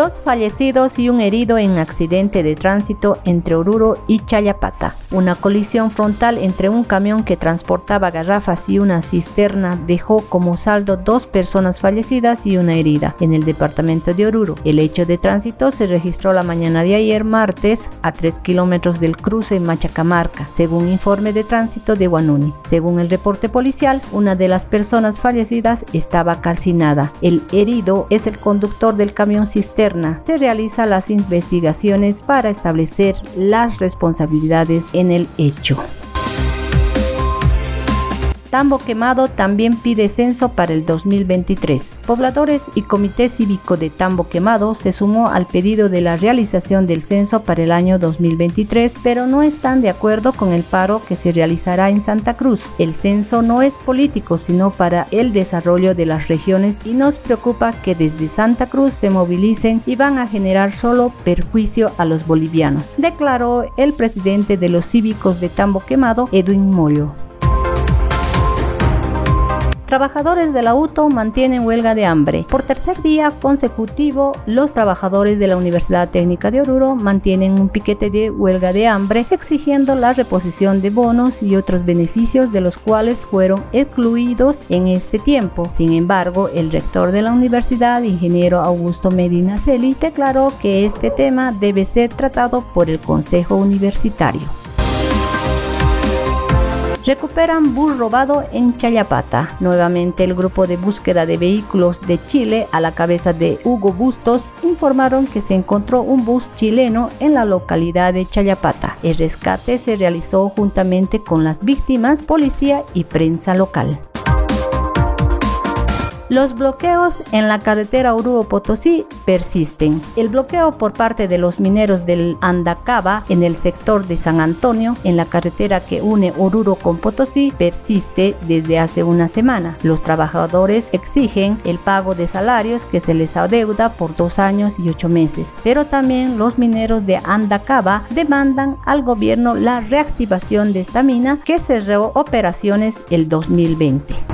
2 fallecidos y un herido en accidente de tránsito entre Oruro y Challapata. Una colisión frontal entre un camión que transportaba garrafas y una cisterna dejó como saldo 2 personas fallecidas y una herida en el departamento de Oruro. El hecho de tránsito se registró la mañana de ayer martes a 3 kilómetros del cruce Machacamarca, según informe de tránsito de Huanuni. Según el reporte policial, una de las personas fallecidas estaba calcinada. El herido es el conductor del camión cisterna. Se realizan las investigaciones para establecer las responsabilidades en el hecho. Tambo Quemado también pide censo para el 2023. Pobladores y Comité Cívico de Tambo Quemado se sumó al pedido de la realización del censo para el año 2023, pero no están de acuerdo con el paro que se realizará en Santa Cruz. El censo no es político, sino para el desarrollo de las regiones y nos preocupa que desde Santa Cruz se movilicen y van a generar solo perjuicio a los bolivianos, declaró el presidente de los cívicos de Tambo Quemado, Edwin Moyo. Trabajadores de la UTO mantienen huelga de hambre. Por tercer día consecutivo, los trabajadores de la Universidad Técnica de Oruro mantienen un piquete de huelga de hambre, exigiendo la reposición de bonos y otros beneficios de los cuales fueron excluidos en este tiempo. Sin embargo, el rector de la universidad, ingeniero Augusto Medina Celi, declaró que este tema debe ser tratado por el Consejo Universitario. Recuperan bus robado en Challapata. Nuevamente el grupo de búsqueda de vehículos de Chile, a la cabeza de Hugo Bustos, informaron que se encontró un bus chileno en la localidad de Challapata. El rescate se realizó juntamente con las víctimas, policía y prensa local. Los bloqueos en la carretera Oruro-Potosí persisten. El bloqueo por parte de los mineros del Andacaba en el sector de San Antonio, en la carretera que une Oruro con Potosí, persiste desde hace una semana. Los trabajadores exigen el pago de salarios que se les adeuda por 2 años y 8 meses. Pero también los mineros de Andacaba demandan al gobierno la reactivación de esta mina que cerró operaciones el 2020.